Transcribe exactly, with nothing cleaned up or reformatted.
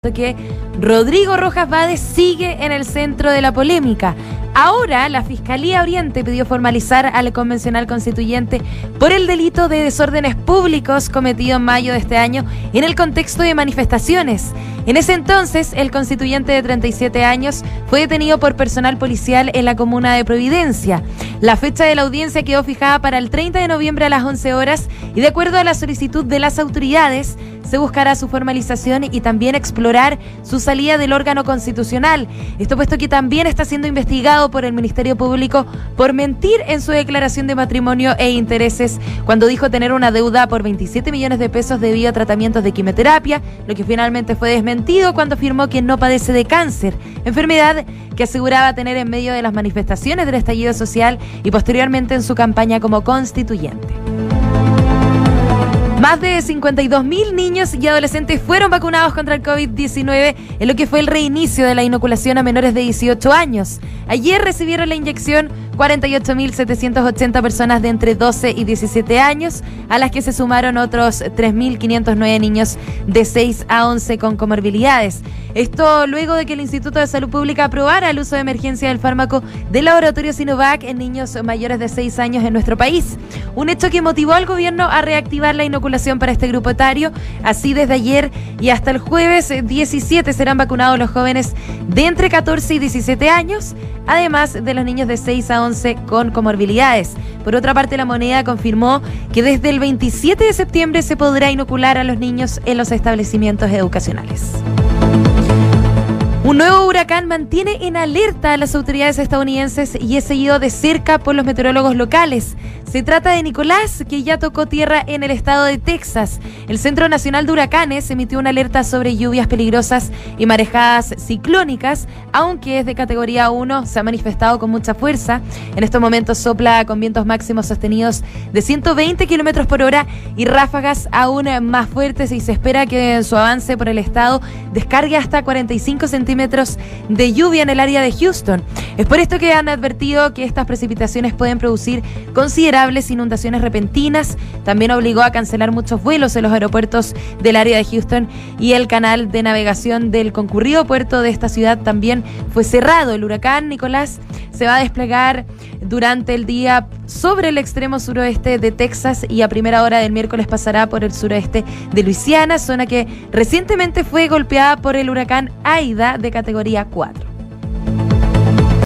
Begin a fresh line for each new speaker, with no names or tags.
Que Rodrigo Rojas Vades sigue en el centro de la polémica. Ahora la Fiscalía Oriente pidió formalizar al convencional constituyente por el delito de desórdenes públicos cometido en mayo de este año en el contexto de manifestaciones. En ese entonces, el constituyente de treinta y siete años fue detenido por personal policial en la comuna de Providencia. La fecha de la audiencia quedó fijada para el treinta de noviembre a las once horas y de acuerdo a la solicitud de las autoridades, se buscará su formalización y también explorar su salida del órgano constitucional. Esto puesto que también está siendo investigado por el Ministerio Público por mentir en su declaración de matrimonio e intereses cuando dijo tener una deuda por veintisiete millones de pesos debido a tratamientos de quimioterapia, lo que finalmente fue desmentido cuando afirmó que no padece de cáncer, enfermedad que aseguraba tener en medio de las manifestaciones del estallido social y posteriormente en su campaña como constituyente. Más de cincuenta y dos mil niños y adolescentes fueron vacunados contra el COVID diecinueve en lo que fue el reinicio de la inoculación a menores de dieciocho años. Ayer recibieron la inyección cuarenta y ocho mil setecientas ochenta personas de entre doce y diecisiete años, a las que se sumaron otros tres mil quinientos nueve niños de seis a once con comorbilidades. Esto luego de que el Instituto de Salud Pública aprobara el uso de emergencia del fármaco del laboratorio Sinovac en niños mayores de seis años en nuestro país. Un hecho que motivó al gobierno a reactivar la inoculación para este grupo etario. Así, desde ayer y hasta el jueves diecisiete serán vacunados los jóvenes de entre catorce y diecisiete años, además de los niños de seis a once con comorbilidades. Por otra parte, la Moneda confirmó que desde el veintisiete de septiembre se podrá inocular a los niños en los establecimientos educacionales. Un nuevo huracán mantiene en alerta a las autoridades estadounidenses y es seguido de cerca por los meteorólogos locales. Se trata de Nicolás, que ya tocó tierra en el estado de Texas. El Centro Nacional de Huracanes emitió una alerta sobre lluvias peligrosas y marejadas ciclónicas, aunque es de categoría uno, se ha manifestado con mucha fuerza. En estos momentos sopla con vientos máximos sostenidos de ciento veinte kilómetros por hora y ráfagas aún más fuertes, y se espera que en su avance por el estado descargue hasta cuarenta y cinco centímetros de lluvia en el área de Houston. Es por esto que han advertido que estas precipitaciones pueden producir considerables inundaciones repentinas. También obligó a cancelar muchos vuelos en los aeropuertos del área de Houston y el canal de navegación del concurrido puerto de esta ciudad también fue cerrado. El huracán Nicolás se va a desplegar durante el día sobre el extremo suroeste de Texas y a primera hora del miércoles pasará por el suroeste de Luisiana, zona que recientemente fue golpeada por el huracán Aida de categoría cuatro.